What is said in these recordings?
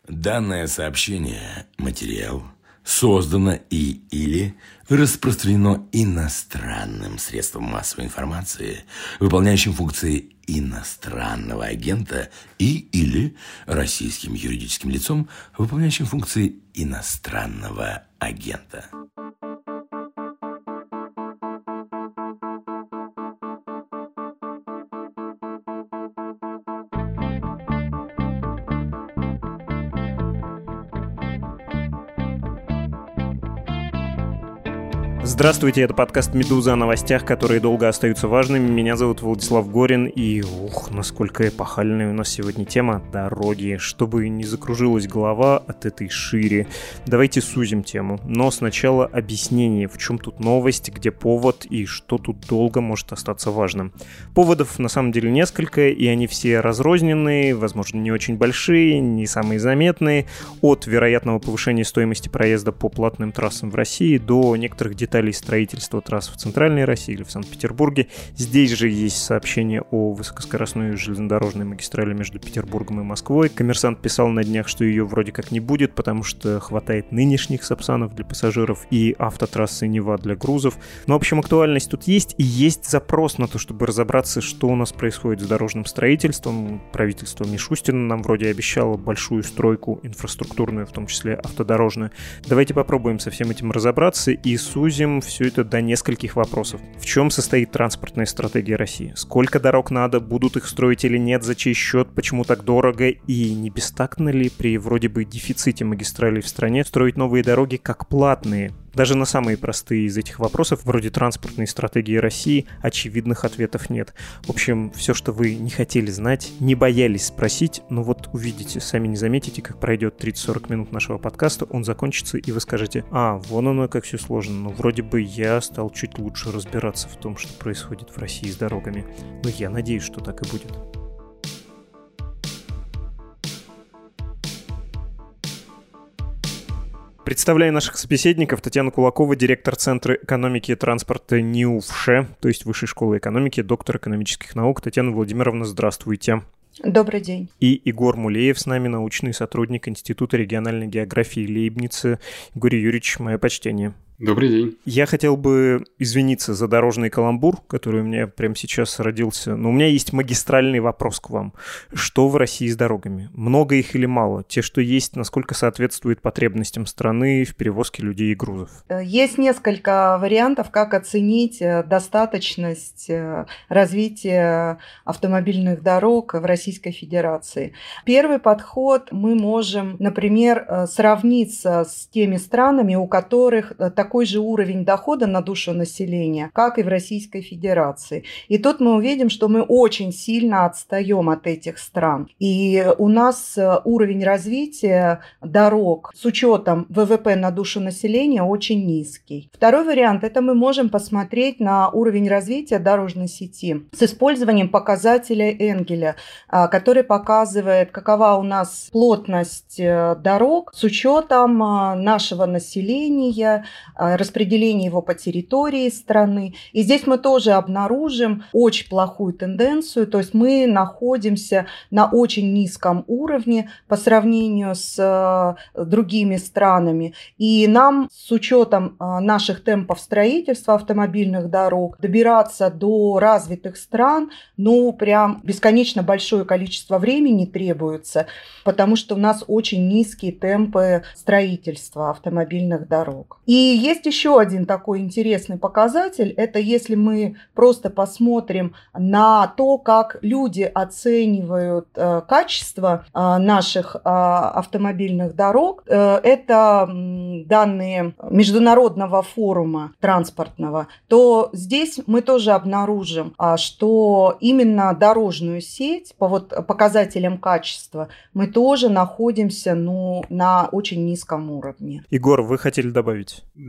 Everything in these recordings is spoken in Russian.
Данное сообщение, материал, создано или распространено иностранным средством массовой информации, выполняющим функции иностранного агента или российским юридическим лицом, выполняющим функции иностранного агента. Здравствуйте, это подкаст «Медуза» о новостях, которые долго остаются важными. Меня зовут Владислав Горин, и насколько эпохальная у нас сегодня тема — дороги. Чтобы не закружилась голова от этой шире, давайте сузим тему. Но сначала объяснение, в чем тут новость, где повод и что тут долго может остаться важным. Поводов на самом деле несколько, и они все разрозненные, возможно, не очень большие, не самые заметные, от вероятного повышения стоимости проезда по платным трассам в России до некоторых деталей строительства трасс в Центральной России или в Санкт-Петербурге. Здесь же есть сообщение о высокоскоростной железнодорожной магистрали между Петербургом и Москвой. «Коммерсант» писал на днях, что ее вроде как не будет, потому что хватает нынешних сапсанов для пассажиров и автотрассы Нева для грузов. Но, в общем, актуальность тут есть, и есть запрос на то, чтобы разобраться, что у нас происходит с дорожным строительством. Правительство Мишустина нам вроде обещало большую стройку инфраструктурную, в том числе автодорожную. Давайте попробуем со всем этим разобраться и сузим все это до нескольких вопросов. В чем состоит транспортная стратегия России? Сколько дорог надо? Будут их строить или нет? За чей счет? Почему так дорого? И не бестактно ли при вроде бы дефиците магистралей в стране строить новые дороги как платные? Даже на самые простые из этих вопросов, вроде транспортной стратегии России, очевидных ответов нет. В общем, все, что вы не хотели знать, не боялись спросить, но вот увидите, сами не заметите, как пройдет 30-40 минут нашего подкаста, он закончится, и вы скажете: вон оно как все сложно, но вроде бы я стал чуть лучше разбираться в том, что происходит в России с дорогами. Но я надеюсь, что так и будет. Представляю наших собеседников. Татьяна Кулакова, директор Центра экономики и транспорта НИУФШЭ, то есть Высшей школы экономики, доктор экономических наук. Татьяна Владимировна, здравствуйте. Добрый день. И Егор Мулеев с нами, научный сотрудник Института региональной географии Лейбница. Егор Юрьевич, мое почтение. Добрый день. Я хотел бы извиниться за дорожный каламбур, который у меня прямо сейчас родился, но у меня есть магистральный вопрос к вам. Что в России с дорогами? Много их или мало? Те, что есть, насколько соответствуют потребностям страны в перевозке людей и грузов? Есть несколько вариантов, как оценить достаточность развития автомобильных дорог в Российской Федерации. Первый подход: мы можем, например, сравниться с теми странами, у которых такой же уровень дохода на душу населения, как и в Российской Федерации. И тут мы увидим, что мы очень сильно отстаем от этих стран. И у нас уровень развития дорог с учетом ВВП на душу населения очень низкий. Второй вариант – это мы можем посмотреть на уровень развития дорожной сети с использованием показателя Энгеля, который показывает, какова у нас плотность дорог с учетом нашего населения, распределение его по территории страны. И здесь мы тоже обнаружим очень плохую тенденцию, то есть мы находимся на очень низком уровне по сравнению с другими странами. И нам с учетом наших темпов строительства автомобильных дорог добираться до развитых стран, прям бесконечно большое количество времени требуется, потому что у нас очень низкие темпы строительства автомобильных дорог. И есть еще один такой интересный показатель. Это если мы просто посмотрим на то, как люди оценивают качество наших автомобильных дорог. Это данные Международного форума транспортного. То здесь мы тоже обнаружим, что именно дорожную сеть по показателям качества мы тоже находимся на очень низком уровне. Егор, вы хотели добавить?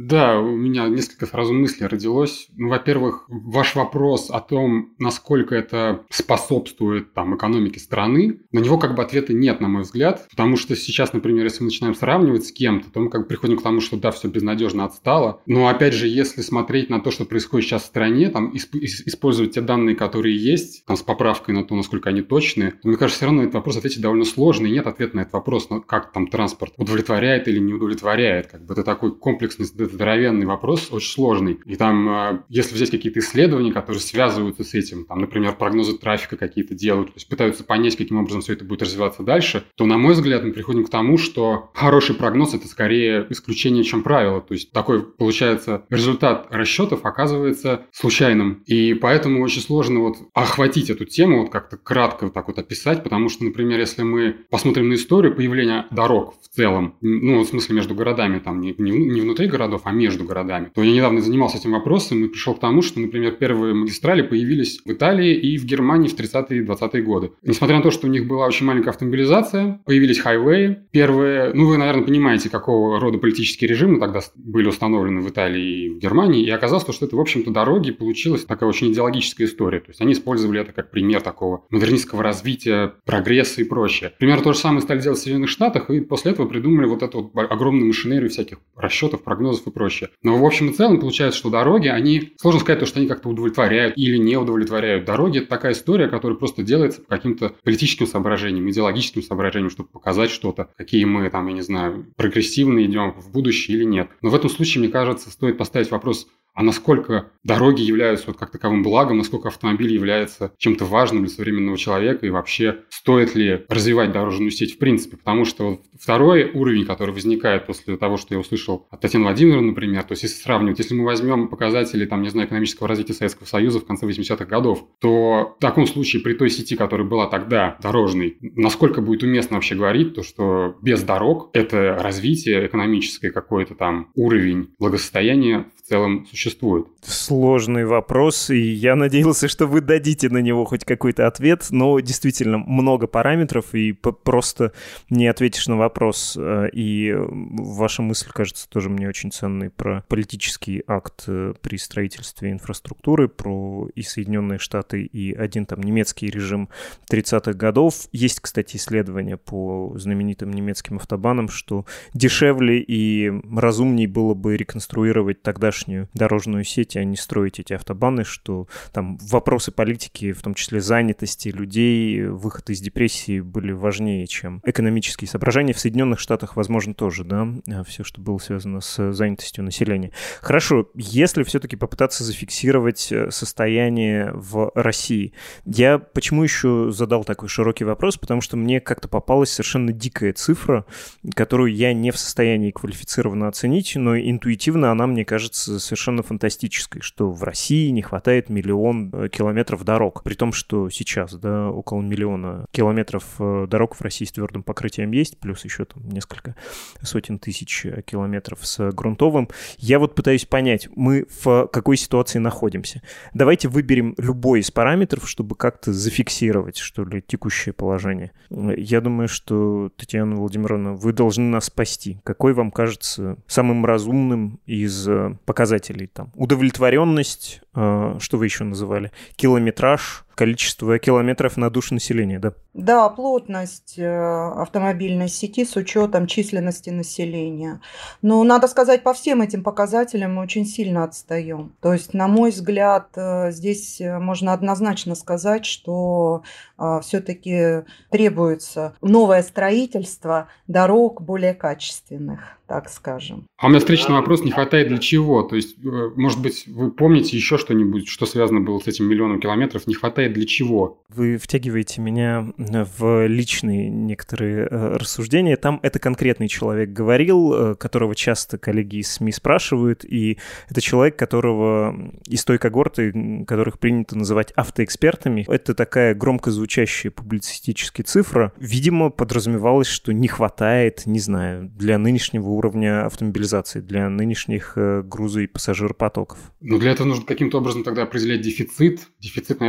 Да, у меня несколько сразу мыслей родилось. Ну, во-первых, ваш вопрос о том, насколько это способствует экономике страны, на него ответа нет, на мой взгляд, потому что сейчас, например, если мы начинаем сравнивать с кем-то, то мы приходим к тому, что да, все безнадежно отстало. Но опять же, если смотреть на то, что происходит сейчас в стране, использовать те данные, которые есть, с поправкой на то, насколько они точные, то, мне кажется, все равно на этот вопрос ответить довольно сложно, и нет ответа на этот вопрос, как транспорт удовлетворяет или не удовлетворяет. Это такой комплексный, здоровенный вопрос, очень сложный. И если взять какие-то исследования, которые связываются с этим, например, прогнозы трафика какие-то делают, то есть пытаются понять, каким образом все это будет развиваться дальше, то, на мой взгляд, мы приходим к тому, что хороший прогноз – это скорее исключение, чем правило. То есть такой, получается, результат расчетов оказывается случайным. И поэтому очень сложно охватить эту тему, как-то кратко описать, потому что, например, если мы посмотрим на историю появления дорог в целом, в смысле между городами, не внутри городов, а между городами, то я недавно занимался этим вопросом и пришел к тому, что, например, первые магистрали появились в Италии и в Германии в 30-е и 20-е годы. Несмотря на то, что у них была очень маленькая автомобилизация, появились хайвеи. Первые, вы, наверное, понимаете, какого рода политические режимы тогда были установлены в Италии и в Германии, и оказалось, что это, в общем-то, дороги, получилась такая очень идеологическая история. То есть они использовали это как пример такого модернистского развития, прогресса и прочее. Примерно то же самое стали делать в Соединенных Штатах, и после этого придумали эту огромную машинерию всяких расчетов, прогнозов и прочее. Но в общем и целом получается, что дороги, сложно сказать, что они как-то удовлетворяют или не удовлетворяют. Дороги – это такая история, которая просто делается по каким-то политическим соображениям, идеологическим соображениям, чтобы показать что-то, какие мы, прогрессивно идем в будущее или нет. Но в этом случае, мне кажется, стоит поставить вопрос, а насколько дороги являются как таковым благом, насколько автомобиль является чем-то важным для современного человека и вообще стоит ли развивать дорожную сеть в принципе. Потому что второй уровень, который возникает после того, что я услышал от Татьяны Владимировны, например, то есть если сравнивать, если мы возьмем показатели экономического развития Советского Союза в конце 80-х годов, то в таком случае при той сети, которая была тогда дорожной, насколько будет уместно вообще говорить то, что без дорог это развитие экономическое, какой-то уровень благосостояния в целом существует? Сложный вопрос, и я надеялся, что вы дадите на него хоть какой-то ответ, но действительно много параметров, и просто не ответишь на вопрос. И ваша мысль, кажется, тоже мне очень ценной про политический акт при строительстве инфраструктуры, про и Соединенные Штаты, и один немецкий режим 30-х годов. Есть, кстати, исследования по знаменитым немецким автобанам, что дешевле и разумнее было бы реконструировать тогдашнюю дорожную сеть, а не строить эти автобаны, что вопросы политики, в том числе занятости людей, выход из депрессии были важнее, чем экономические соображения. В Соединенных Штатах, возможно, тоже, да, все, что было связано с занятостью населения. Хорошо, если все-таки попытаться зафиксировать состояние в России. Я почему еще задал такой широкий вопрос? Потому что мне как-то попалась совершенно дикая цифра, которую я не в состоянии квалифицированно оценить, но интуитивно она, мне кажется, совершенно фантастической, что в России не хватает 1 миллион километров дорог. При том, что сейчас, да, около 1 миллиона километров дорог в России с твердым покрытием есть, плюс еще несколько сотен тысяч километров с грунтовым. Я пытаюсь понять, мы в какой ситуации находимся. Давайте выберем любой из параметров, чтобы как-то зафиксировать, что ли, текущее положение. Я думаю, что, Татьяна Владимировна, вы должны нас спасти. Какой вам кажется самым разумным из показателей? Удовлетворенность, что вы еще называли? Километраж, количество километров на душу населения, да? Да, плотность автомобильной сети с учетом численности населения. Но надо сказать, по всем этим показателям мы очень сильно отстаем. То есть, на мой взгляд, здесь можно однозначно сказать, что все-таки требуется новое строительство дорог более качественных, так скажем. А у меня встречный вопрос: не хватает для чего? То есть, может быть, вы помните еще что-нибудь, что связано было с этим 1 миллионом километров? Не хватает для чего? Вы втягиваете меня в личные некоторые рассуждения. Там это конкретный человек говорил, которого часто коллеги из СМИ спрашивают, и это человек, которого из той когорты, которых принято называть автоэкспертами. Это такая громко звучащая публицистическая цифра. Видимо, подразумевалось, что не хватает, не знаю, для нынешнего уровня автомобилизации, для нынешних грузо- и пассажиропотоков. Но для этого нужно каким-то образом тогда определять дефицит. Дефицит, наверное, как-то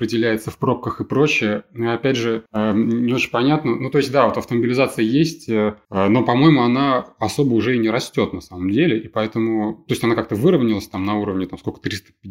определяется в пробках и прочее. Но, опять же, не очень понятно. Ну, то есть, да, вот автомобилизация есть, но, по-моему, она особо уже и не растет на самом деле. И поэтому, то есть, она как-то выровнялась там на уровне, там, сколько,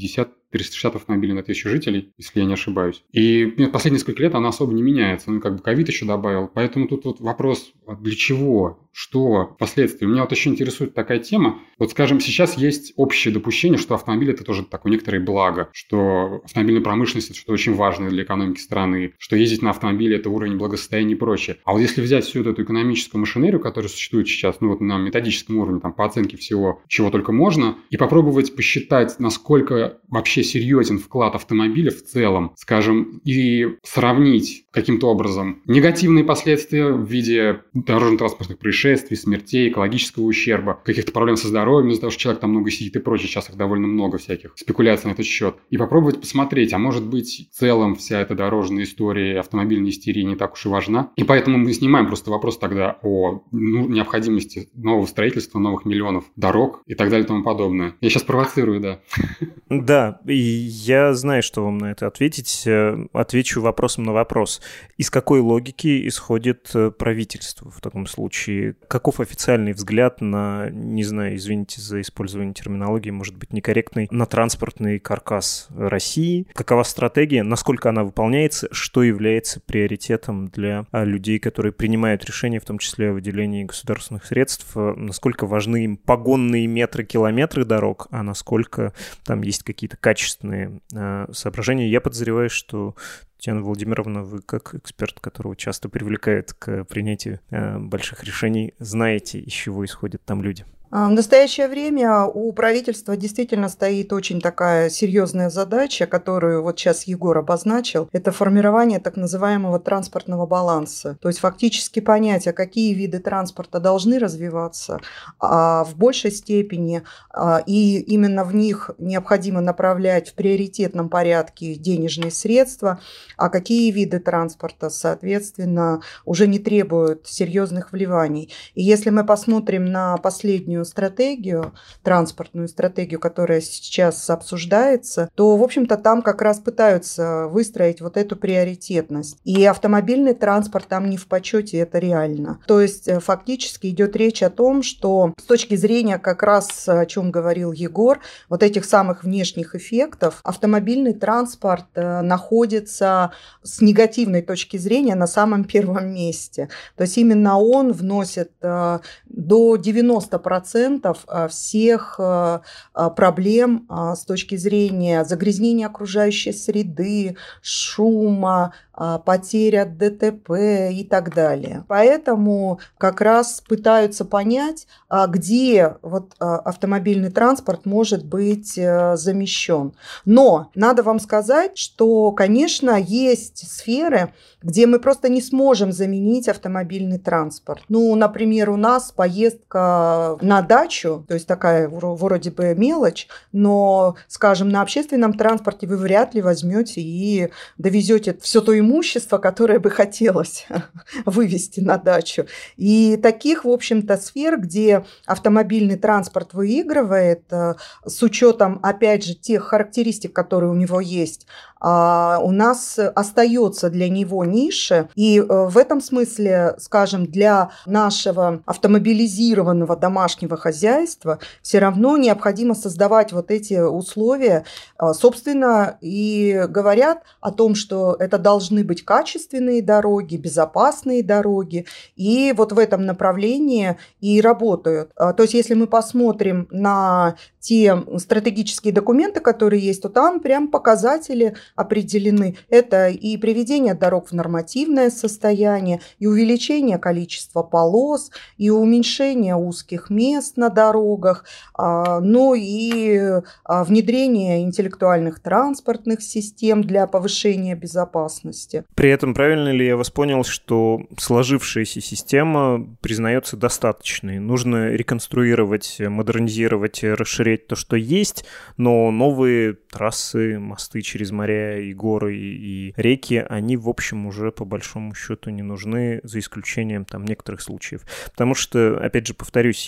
350 автомобилей на 1000 жителей, если я не ошибаюсь. И последние несколько лет она особо не меняется. Ну, как бы ковид еще добавил. Поэтому тут вот вопрос, для чего, что впоследствии. Меня вот еще интересует такая тема. Вот, скажем, сейчас есть общее допущение, что автомобиль – это тоже такое некоторое благо, что автомобильная промышленность – это что-то очень важное для экономики страны, что ездить на автомобиле – это уровень благосостояния и прочее. А вот если взять всю эту экономическую машинерию, которая существует сейчас, ну вот на методическом уровне, там, по оценке всего, чего только можно, и попробовать посчитать, насколько вообще серьезен вклад автомобиля в целом, скажем, и сравнить каким-то образом негативные последствия в виде дорожно-транспортных происшествий, смертей, экологического ущерба, каких-то проблем со здоровьем из-за того, что человек там много сидит и прочее. Сейчас их довольно много всяких спекуляций на этот счет. И попробовать посмотреть, а может быть, в целом вся эта дорожная история автомобильной истерии не так уж и важна. И поэтому мы снимаем просто вопрос тогда о необходимости нового строительства, новых миллионов дорог и так далее и тому подобное. Я сейчас провоцирую, да. Да, и я знаю, что вам на это ответить. Отвечу вопросом на вопрос. Из какой логики исходит правительство в таком случае? Каков официальный взгляд на, не знаю, извините за использование терминологии, может быть, некорректный, на транспортный каркас России? Какова стратегия? Насколько она выполняется? Что является приоритетом для людей, которые принимают решения, в том числе о выделении государственных средств? Насколько важны им погонные метры, километры дорог, а насколько там есть какие-то качественные соображения? Я подозреваю, что Татьяна Владимировна, вы как эксперт, которого часто привлекают к принятию больших решений, знаете, из чего исходят там люди? В настоящее время у правительства действительно стоит очень такая серьезная задача, которую вот сейчас Егор обозначил. Это формирование так называемого транспортного баланса. То есть фактически понять, а какие виды транспорта должны развиваться в большей степени, и именно в них необходимо направлять в приоритетном порядке денежные средства, а какие виды транспорта, соответственно, уже не требуют серьезных вливаний. И если мы посмотрим на последнюю стратегию, транспортную стратегию, которая сейчас обсуждается, то, в общем-то, там как раз пытаются выстроить вот эту приоритетность. И автомобильный транспорт там не в почете, это реально. То есть фактически идет речь о том, что с точки зрения как раз, о чем говорил Егор, вот этих самых внешних эффектов, автомобильный транспорт находится с негативной точки зрения на самом первом месте. То есть именно он вносит до 90% всех проблем с точки зрения загрязнения окружающей среды, шума, потерь от ДТП и так далее. Поэтому как раз пытаются понять, где вот автомобильный транспорт может быть замещен. Но надо вам сказать, что, конечно, есть сферы, где мы просто не сможем заменить автомобильный транспорт. Ну, например, у нас поездка на дачу, то есть такая вроде бы мелочь, но, скажем, на общественном транспорте вы вряд ли возьмете и довезете все то имущество, которое бы хотелось вывести на дачу. И таких, в общем-то, сфер, где автомобильный транспорт выигрывает, с учетом, опять же, тех характеристик, которые у него есть, у нас остается для него ниша. И в этом смысле, скажем, для нашего автомобилизированного домашнего хозяйства все равно необходимо создавать вот эти условия. Собственно, и говорят о том, что это должны быть качественные дороги, безопасные дороги. И вот в этом направлении и работают. То есть, если мы посмотрим на те стратегические документы, которые есть, то там прям показатели определены. Это и приведение дорог в нормативное состояние, и увеличение количества полос, и уменьшение узких мест на дорогах, ну и внедрение интеллектуальных транспортных систем для повышения безопасности. При этом правильно ли я вас понял, что сложившаяся система признается достаточной? Нужно реконструировать, модернизировать, расширять то, что есть, но новые трассы, мосты через моря и горы и реки, они, в общем, уже по большому счету не нужны, за исключением там некоторых случаев. Потому что, опять же, повторюсь, я не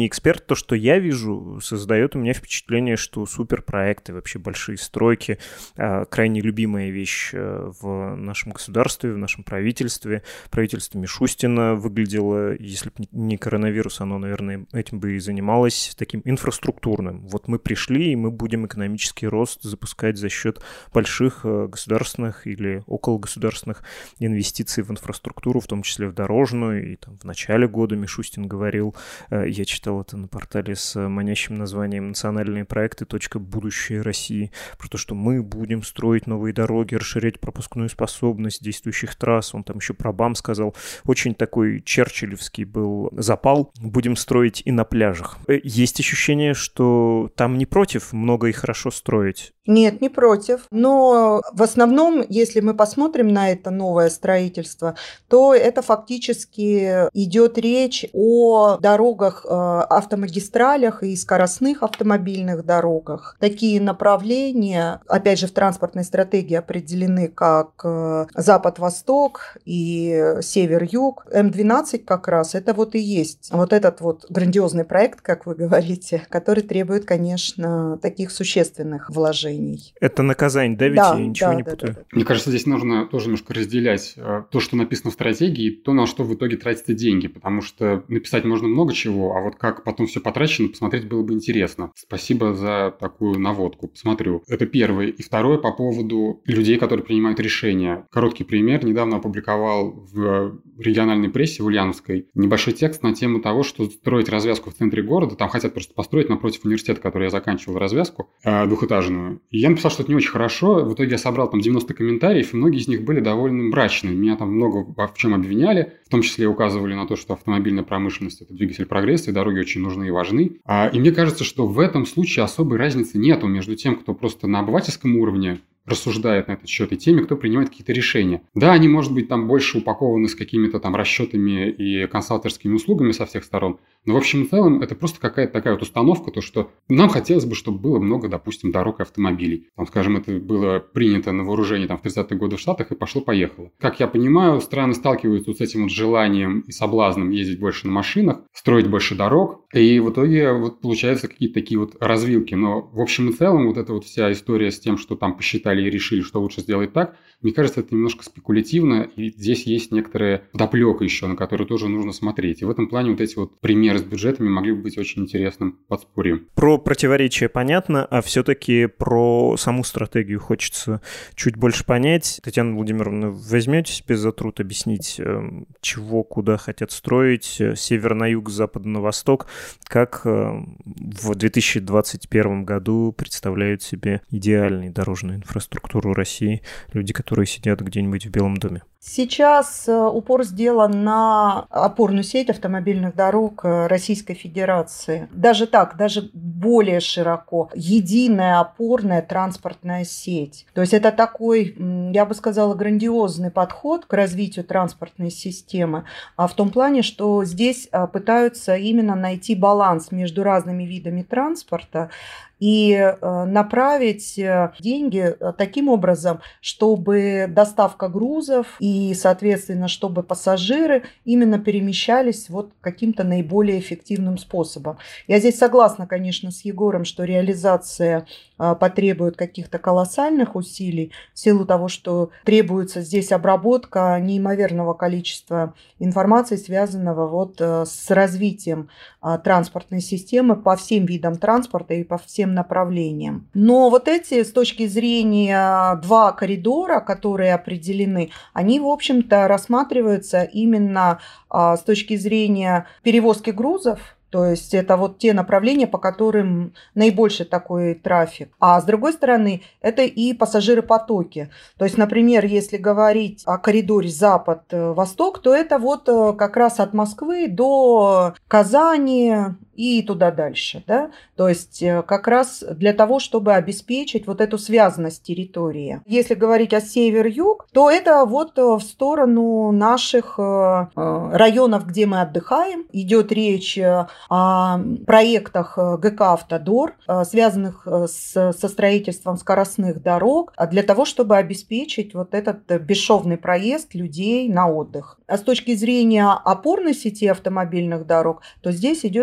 эксперт, то, что я вижу, создает у меня впечатление, что суперпроекты, вообще большие стройки, крайне любимая вещь в нашем государстве, в нашем правительстве. Правительство Мишустина выглядело, если бы не коронавирус, оно, наверное, этим бы и занималось, таким инфраструктурным. Вот мы пришли, и мы будем экономический рост запускать за счет больших государственных или окологосударственных инвестиций в инфраструктуру, в том числе в дорожную. И там в начале года Мишустин говорил, я читал это на портале с манящим названием «Национальные проекты. Будущее России», про то, что мы будем строить новые дороги, расширять пропускную способность действующих трасс. Он там еще про БАМ сказал. Очень такой черчиллевский был запал. Будем строить и на пляжах. Есть ощущение, что там не против много и хорошо строить? Нет, не против. Но в основном, если мы посмотрим на это новое строительство, то это фактически идет речь о дорогах, автомагистралях и скоростных автомобильных дорогах. Такие направления, опять же, в транспортной стратегии определены как запад-восток и север-юг. М12 как раз это вот и есть вот этот вот грандиозный проект, как вы говорите, который требует, конечно, таких существенных вложений. Это на Казань, да, ведь я ничего не путаю? Да. Мне кажется, здесь нужно тоже немножко разделять то, что написано в стратегии, и то, на что в итоге тратятся деньги, потому что написать можно много чего, а вот как потом все потрачено, посмотреть было бы интересно. Спасибо за такую наводку. Посмотрю. Это первое. И второе по поводу людей, которые принимают решения. Короткий пример. Недавно опубликовал в региональной прессе, в Ульяновской, небольшой текст на тему того, что строить развязку в центре города, там хотят просто построить напротив университета, который я заканчивал, развязку двухэтажную. И я написал, что это не очень хорошо. В итоге я собрал там 90 комментариев, и многие из них были довольно мрачные. Меня там много в чем обвиняли, в том числе указывали на то, что автомобильная промышленность – это двигатель прогресса, и дороги очень нужны и важны. И мне кажется, что в этом случае особой разницы нету между тем, кто просто на обывательском уровне рассуждает на этот счет, и теми, кто принимает какие-то решения. Да, они, может быть, там больше упакованы с какими-то там расчетами и консалтерскими услугами со всех сторон, но в общем и целом это просто какая-то такая вот установка, то, что нам хотелось бы, чтобы было много, допустим, дорог и автомобилей. Там, скажем, это было принято на вооружение там, в 30-е годы в Штатах, и пошло-поехало. Как я понимаю, страны сталкиваются вот с этим вот желанием и соблазном ездить больше на машинах, строить больше дорог, и в итоге вот получаются какие-то такие вот развилки. Но в общем и целом вот эта вот вся история с тем, что там посчитали и решили, что лучше сделать так, мне кажется, это немножко спекулятивно, и здесь есть некоторая подоплека еще, на которую тоже нужно смотреть. И в этом плане вот эти вот примеры с бюджетами могли бы быть очень интересным подспорьем. Про противоречия понятно, а все-таки про саму стратегию хочется чуть больше понять. Татьяна Владимировна, возьмете себе за труд объяснить, чего, куда хотят строить, с севера на юг, с запада на восток, как в 2021 году представляют себе идеальную дорожную инфраструктуру России люди, которые сидят где-нибудь в Белом доме? Сейчас упор сделан на опорную сеть автомобильных дорог Российской Федерации. Даже так, даже более широко. Единая опорная транспортная сеть. То есть это такой, я бы сказала, грандиозный подход к развитию транспортной системы. А в том плане, что здесь пытаются именно найти баланс между разными видами транспорта и направить деньги таким образом, чтобы доставка грузов и, соответственно, чтобы пассажиры именно перемещались вот каким-то наиболее эффективным способом. Я здесь согласна, конечно, с Егором, что реализация потребует каких-то колоссальных усилий в силу того, что требуется здесь обработка неимоверного количества информации, связанного вот с развитием транспортной системы по всем видам транспорта и по всем направлениям. Но вот эти, с точки зрения два коридора, которые определены, они, в общем-то, рассматриваются именно с точки зрения перевозки грузов. То есть это вот те направления, по которым наибольший такой трафик. А с другой стороны, это и пассажиропотоки. То есть, например, если говорить о коридоре запад-восток, то это вот как раз от Москвы до Казани и туда дальше. Да? То есть как раз для того, чтобы обеспечить вот эту связанность территории. Если говорить о север-юг, то это вот в сторону наших районов, где мы отдыхаем. Идет речь о проектах ГК «Автодор», связанных со строительством скоростных дорог, для того, чтобы обеспечить вот этот бесшовный проезд людей на отдых. А с точки зрения опорной сети автомобильных дорог, то здесь идет речь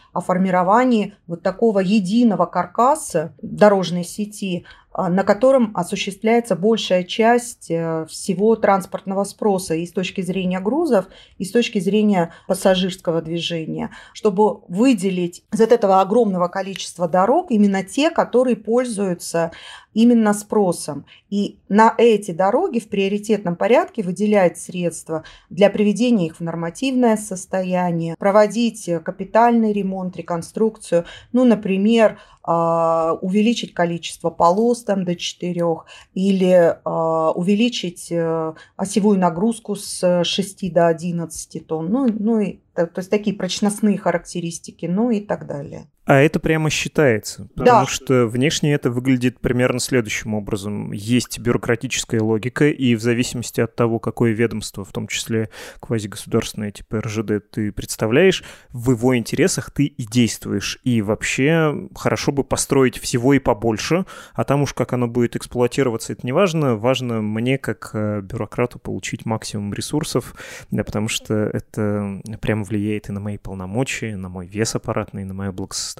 о формировании вот такого единого каркаса дорожной сети, на котором осуществляется большая часть всего транспортного спроса и с точки зрения грузов, и с точки зрения пассажирского движения, чтобы выделить из этого огромного количества дорог именно те, которые пользуются именно спросом. И на эти дороги в приоритетном порядке выделять средства для приведения их в нормативное состояние, проводить капитальный ремонт, реконструкцию, например, увеличить количество полос до 4 или увеличить осевую нагрузку с 6 до 11 тонн, то есть такие прочностные характеристики, и так далее. А это прямо считается, потому что внешне это выглядит примерно следующим образом. Есть бюрократическая логика, и в зависимости от того, какое ведомство, в том числе квазигосударственное типа РЖД, ты представляешь, в его интересах ты и действуешь. И вообще хорошо бы построить всего и побольше, а там уж как оно будет эксплуатироваться, это не важно. Важно мне, как бюрократу, получить максимум ресурсов, потому что это прямо влияет и на мои полномочия, на мой вес аппаратный, на мое благосостояние.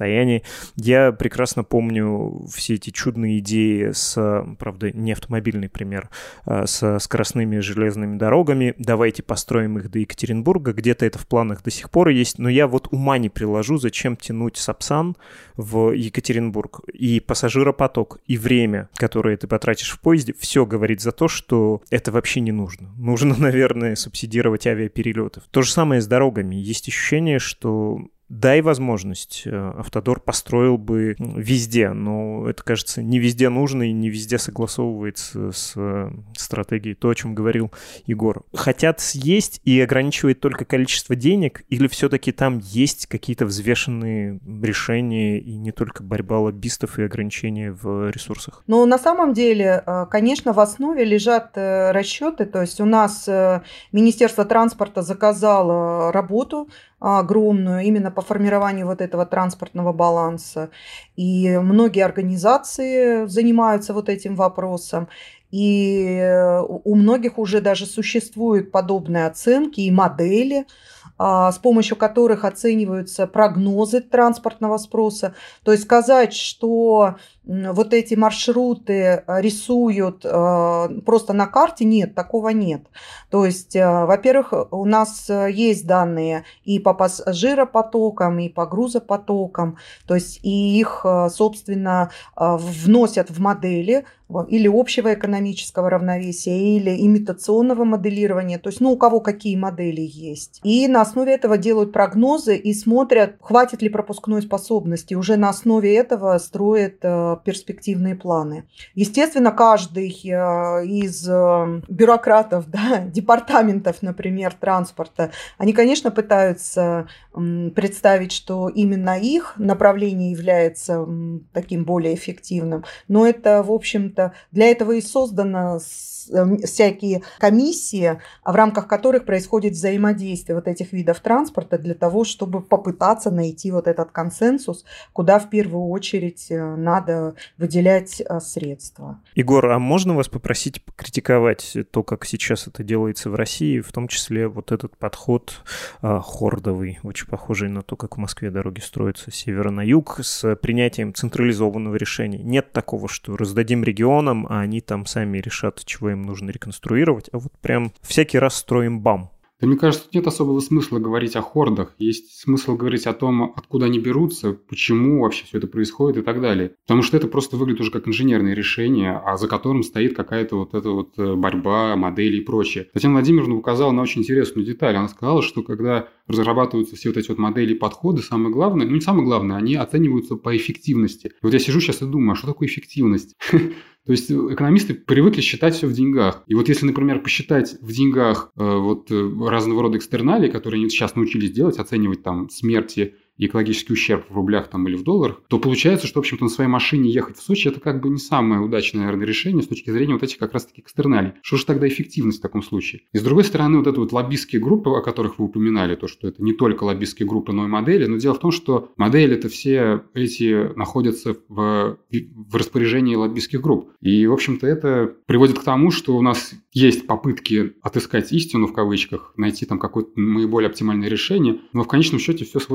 Я прекрасно помню все эти чудные идеи правда, не автомобильный пример, со скоростными железными дорогами. Давайте построим их до Екатеринбурга. Где-то это в планах до сих пор есть, но я вот ума не приложу, зачем тянуть Сапсан в Екатеринбург. И пассажиропоток, и время, которое ты потратишь в поезде, все говорит за то, что это вообще не нужно. Нужно, наверное, субсидировать авиаперелеты. То же самое с дорогами. Есть ощущение, что дай возможность, Автодор построил бы везде, но это, кажется, не везде нужно и не везде согласовывается с стратегией, то, о чем говорил Егор. Хотят съесть и ограничивает только количество денег, или все-таки там есть какие-то взвешенные решения и не только борьба лоббистов и ограничения в ресурсах? На самом деле, конечно, в основе лежат расчеты, то есть у нас Министерство транспорта заказало работу огромную именно по формированию вот этого транспортного баланса. И многие организации занимаются вот этим вопросом. И у многих уже даже существуют подобные оценки и модели, с помощью которых оцениваются прогнозы транспортного спроса. То есть сказать, что вот эти маршруты рисуют просто на карте, нет, такого нет. То есть, во-первых, у нас есть данные и по пассажиропотокам, и по грузопотокам, то есть и их, собственно, вносят в модели или общего экономического равновесия, или имитационного моделирования, то есть, у кого какие модели есть. И на основе этого делают прогнозы и смотрят, хватит ли пропускной способности. Уже на основе этого строят перспективные планы. Естественно, каждый из бюрократов, департаментов, например, транспорта, они, конечно, пытаются представить, что именно их направление является таким более эффективным. Но это, в общем-то, для этого и создано всякие комиссии, в рамках которых происходит взаимодействие вот этих видов транспорта для того, чтобы попытаться найти вот этот консенсус, куда в первую очередь надо выделять средства. Егор, а можно вас попросить покритиковать то, как сейчас это делается в России, в том числе вот этот подход хордовый, очень похожий на то, как в Москве дороги строятся с севера на юг, с принятием централизованного решения. Нет такого, что раздадим регионам, а они там сами решат, чего им нужно реконструировать, а вот прям всякий раз строим бам. Да, мне кажется, нет особого смысла говорить о хордах. Есть смысл говорить о том, откуда они берутся, почему вообще все это происходит и так далее. Потому что это просто выглядит уже как инженерное решение, а за которым стоит какая-то вот эта вот борьба, модели и прочее. Татьяна Владимировна указала на очень интересную деталь. Она сказала, что когда разрабатываются все вот эти вот модели и подходы, самое главное, не самое главное, они оцениваются по эффективности. И вот я сижу сейчас и думаю, а что такое эффективность? То есть экономисты привыкли считать все в деньгах. И вот если, например, посчитать в деньгах разного рода экстерналии, которые они сейчас научились делать, оценивать там смерти и экологический ущерб в рублях там, или в долларах, то получается, что, в общем-то, на своей машине ехать в Сочи – это как бы не самое удачное, наверное, решение с точки зрения вот этих как раз-таки экстерналей. Что же тогда эффективность в таком случае? И с другой стороны, вот это вот лоббистские группы, о которых вы упоминали, то, что это не только лоббистские группы, но и модели, но дело в том, что модели-то все эти находятся в распоряжении лоббистских групп. И, в общем-то, это приводит к тому, что у нас есть попытки отыскать истину, в кавычках, найти там какое-то наиболее оптимальное решение, но в конечном счете все сводится к тому,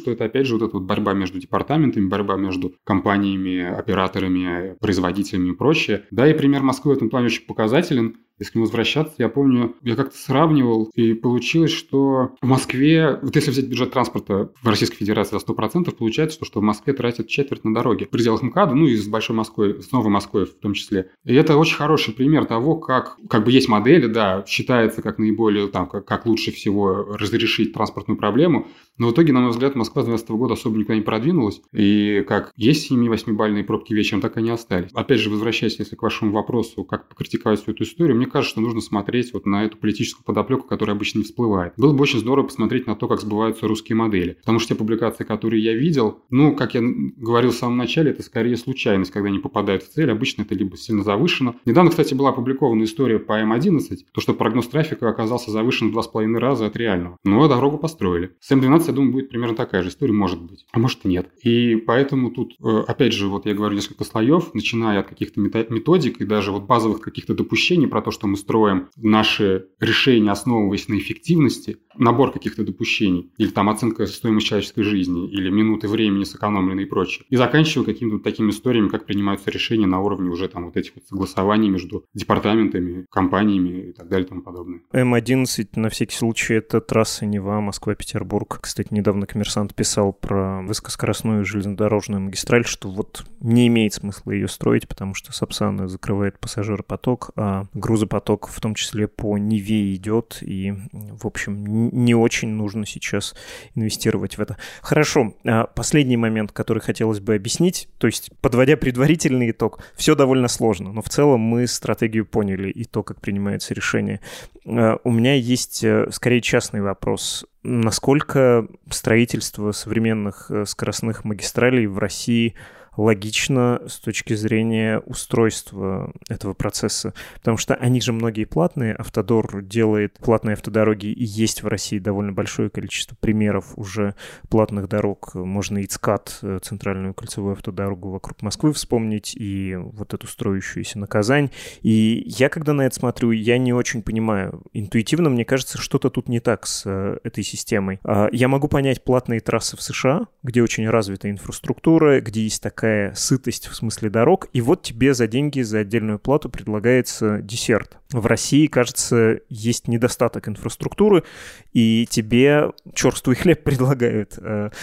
что это, опять же, вот эта вот борьба между департаментами, борьба между компаниями, операторами, производителями и прочее. Да, и пример Москвы в этом плане очень показателен. Если к нему возвращаться, я помню, я как-то сравнивал, и получилось, что в Москве, вот если взять бюджет транспорта в Российской Федерации за 100%, получается, что в Москве тратят четверть на дороги. В пределах МКАДа, ну и с Большой Москвой, с Новой Москвой в том числе. И это очень хороший пример того, как бы есть модели, да, считается как наиболее, там, как лучше всего разрешить транспортную проблему, но в итоге, на мой взгляд, Москва с 2012 года особо никуда не продвинулась, и как есть 7-8-бальные пробки вечером, так и не остались. Опять же, возвращаясь, если к вашему вопросу, как покритиковать всю эту историю, мне кажется, что нужно смотреть вот на эту политическую подоплеку, которая обычно не всплывает. Было бы очень здорово посмотреть на то, как сбываются русские модели. Потому что те публикации, которые я видел, ну, как я говорил в самом начале, это скорее случайность, когда они попадают в цель. Обычно это либо сильно завышено. Недавно, кстати, была опубликована история по М11, то, что прогноз трафика оказался завышен в 2,5 раза от реального. Но дорогу построили. С М12, я думаю, будет примерно такая же история, может быть. А может и нет. И поэтому тут, опять же, вот я говорю несколько слоев, начиная от каких-то методик и даже вот базовых каких-то допущений про то, что мы строим наши решения, основываясь на эффективности, набор каких-то допущений, или там оценка стоимости человеческой жизни, или минуты времени сэкономлены и прочее. И заканчивая какими-то такими историями, как принимаются решения на уровне уже там вот этих вот согласований между департаментами, компаниями и так далее и тому подобное. М11, на всякий случай, это трасса Нева, Москва-Петербург. Кстати, недавно «Коммерсант» писал про высокоскоростную железнодорожную магистраль, что вот не имеет смысла ее строить, потому что Сапсана закрывает пассажиропоток, а грузопоток в том числе по Неве идет, и, в общем, не очень нужно сейчас инвестировать в это. Хорошо, последний момент, который хотелось бы объяснить, то есть, подводя предварительный итог, все довольно сложно, но в целом мы стратегию поняли и то, как принимается решение. У меня есть скорее частный вопрос. Насколько строительство современных скоростных магистралей в России логично с точки зрения устройства этого процесса? Потому что они же многие платные. Автодор делает платные автодороги, и есть в России довольно большое количество примеров уже платных дорог. Можно и ЦКАД, центральную кольцевую автодорогу вокруг Москвы, вспомнить, и вот эту строящуюся на Казань. И я, когда на это смотрю, я не очень понимаю. Интуитивно мне кажется, что-то тут не так с этой системой. Я могу понять платные трассы в США, где очень развита инфраструктура, где есть такая сытость в смысле дорог, и вот тебе за деньги, за отдельную плату предлагается десерт. В России, кажется, есть недостаток инфраструктуры, и тебе черствый хлеб предлагают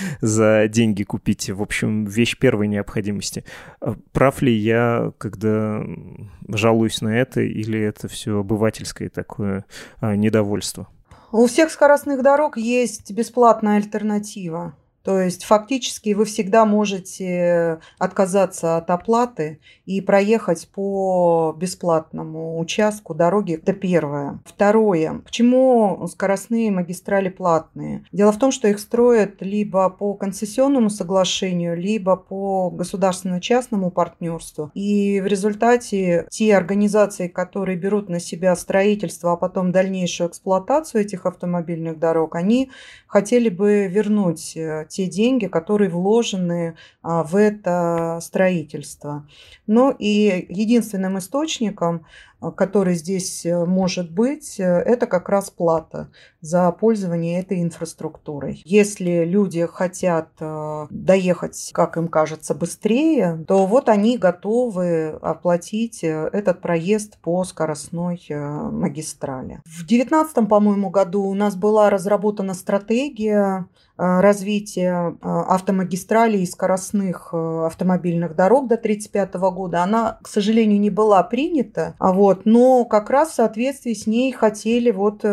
за деньги купить. В общем, вещь первой необходимости. Прав ли я, когда жалуюсь на это, или это все обывательское такое недовольство? У всех скоростных дорог есть бесплатная альтернатива. То есть фактически вы всегда можете отказаться от оплаты и проехать по бесплатному участку дороги. Это первое. Второе. Почему скоростные магистрали платные? Дело в том, что их строят либо по концессионному соглашению, либо по государственно-частному партнерству. И в результате те организации, которые берут на себя строительство, а потом дальнейшую эксплуатацию этих автомобильных дорог, они хотели бы вернуть те деньги, которые вложены в это строительство. Ну и единственным источником, который здесь может быть, это как раз плата за пользование этой инфраструктурой. Если люди хотят доехать, как им кажется, быстрее, то вот они готовы оплатить этот проезд по скоростной магистрали. В 2019, по-моему, году у нас была разработана стратегия развития автомагистралей и скоростных автомобильных дорог до 1935 года. Она, к сожалению, не была принята, но как раз в соответствии с ней хотели,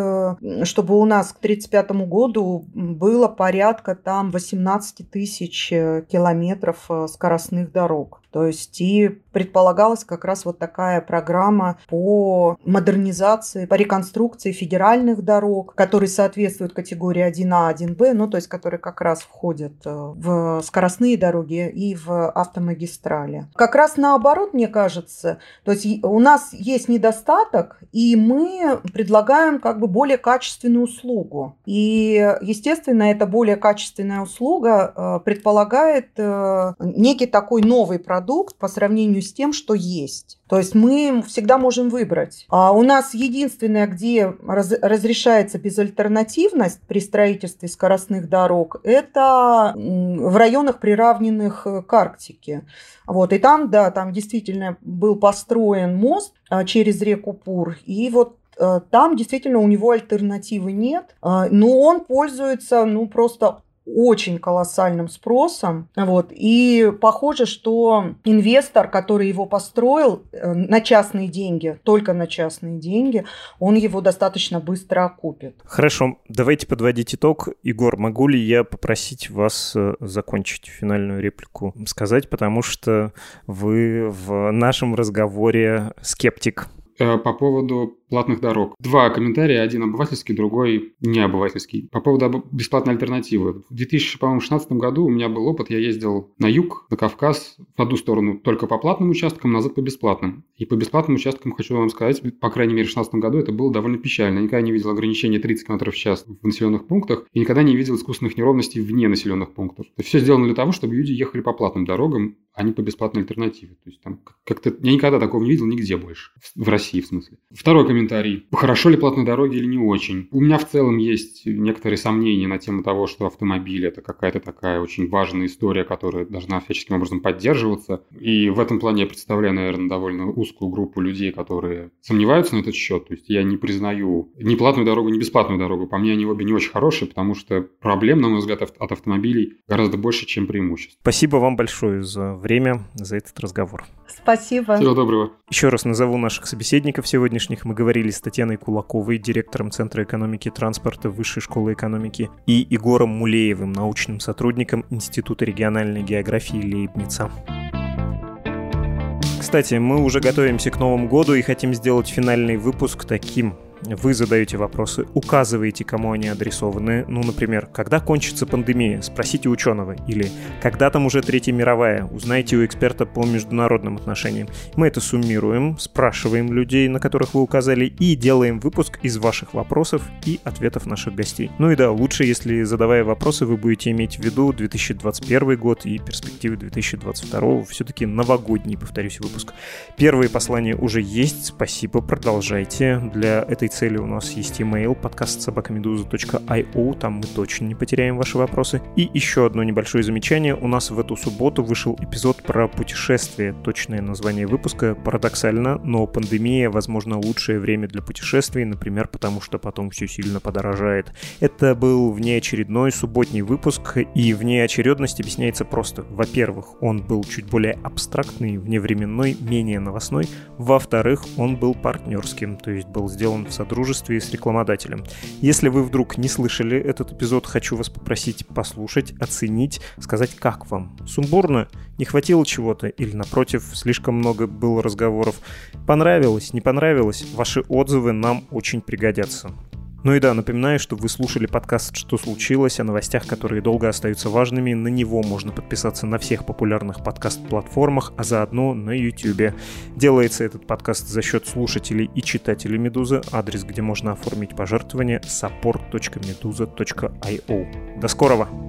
чтобы у нас к 1935 году было порядка там 18 тысяч километров скоростных дорог. То есть и предполагалась как раз вот такая программа по модернизации, по реконструкции федеральных дорог, которые соответствуют категории 1А, 1Б, то есть которые как раз входят в скоростные дороги и в автомагистрали. Как раз наоборот, мне кажется, то есть у нас есть недостаток, и мы предлагаем как бы более качественную услугу. И, естественно, эта более качественная услуга предполагает некий такой новый продукт, продукт по сравнению с тем, что есть. То есть мы всегда можем выбрать. А у нас единственное, где разрешается безальтернативность при строительстве скоростных дорог, это в районах, приравненных к Арктике. Вот. И там, да, там действительно был построен мост через реку Пур, и вот там действительно у него альтернативы нет, но он пользуется просто очень колоссальным спросом. Вот. И похоже, что инвестор, который его построил на частные деньги, только на частные деньги, он его достаточно быстро окупит. Хорошо, давайте подводить итог. Егор, могу ли я попросить вас закончить финальную реплику сказать, потому что вы в нашем разговоре скептик. По поводу платных дорог. 2 комментария, один обывательский, другой необывательский. По поводу бесплатной альтернативы. В 2016 году у меня был опыт, я ездил на юг, на Кавказ, в одну сторону только по платным участкам, назад по бесплатным. И по бесплатным участкам, хочу вам сказать, по крайней мере, в 2016 году это было довольно печально. Я никогда не видел ограничения 30 км в час в населенных пунктах и никогда не видел искусственных неровностей вне населенных пунктов. То есть все сделано для того, чтобы люди ехали по платным дорогам, а не по бесплатной альтернативе. То есть там как-то я никогда такого не видел нигде больше. В России, в смысле. Второй комментарий. Хорошо ли платные дороги или не очень? У меня в целом есть некоторые сомнения на тему того, что автомобиль – это какая-то такая очень важная история, которая должна всяческим образом поддерживаться. И в этом плане я представляю, наверное, довольно узкую группу людей, которые сомневаются на этот счет. То есть я не признаю ни платную дорогу, ни бесплатную дорогу. По мне они обе не очень хорошие, потому что проблем, на мой взгляд, от автомобилей гораздо больше, чем преимуществ. Спасибо вам большое за время, за этот разговор. Спасибо. Всего доброго. Еще раз назову наших собеседников сегодняшних. Мы говорили с Татьяной Кулаковой, директором Центра экономики и транспорта Высшей школы экономики, и Егором Мулеевым, научным сотрудником Института региональной географии Лейбница. Кстати, мы уже готовимся к Новому году и хотим сделать финальный выпуск таким. Вы задаете вопросы, указываете, кому они адресованы. Ну, например, когда кончится пандемия? Спросите ученого. Или когда там уже Третья мировая? Узнайте у эксперта по международным отношениям. Мы это суммируем, спрашиваем людей, на которых вы указали, и делаем выпуск из ваших вопросов и ответов наших гостей. Ну и да, лучше, если, задавая вопросы, вы будете иметь в виду 2021 год и перспективы 2022. Все-таки новогодний, повторюсь, выпуск. Первые послания уже есть. Спасибо, продолжайте. Для этой цели у нас есть email podcast@meduza.io, там мы точно не потеряем ваши вопросы. И еще одно небольшое замечание. У нас в эту субботу вышел эпизод про путешествия. Точное название выпуска парадоксально, но пандемия, возможно, лучшее время для путешествий, например, потому что потом все сильно подорожает. Это был внеочередной субботний выпуск, и внеочередность объясняется просто. Во-первых, он был чуть более абстрактный, вневременной, менее новостной. Во-вторых, он был партнерским, то есть был сделан в содружестве с рекламодателем. Если вы вдруг не слышали этот эпизод, хочу вас попросить послушать, оценить, сказать, как вам. Сумбурно? Не хватило чего-то? Или, напротив, слишком много было разговоров? Понравилось? Не понравилось? Ваши отзывы нам очень пригодятся. Ну и да, напоминаю, что вы слушали подкаст «Что случилось?» о новостях, которые долго остаются важными. На него можно подписаться на всех популярных подкаст-платформах, а заодно на YouTube. Делается этот подкаст за счет слушателей и читателей «Медузы». Адрес, где можно оформить пожертвование — support.meduza.io. До скорого!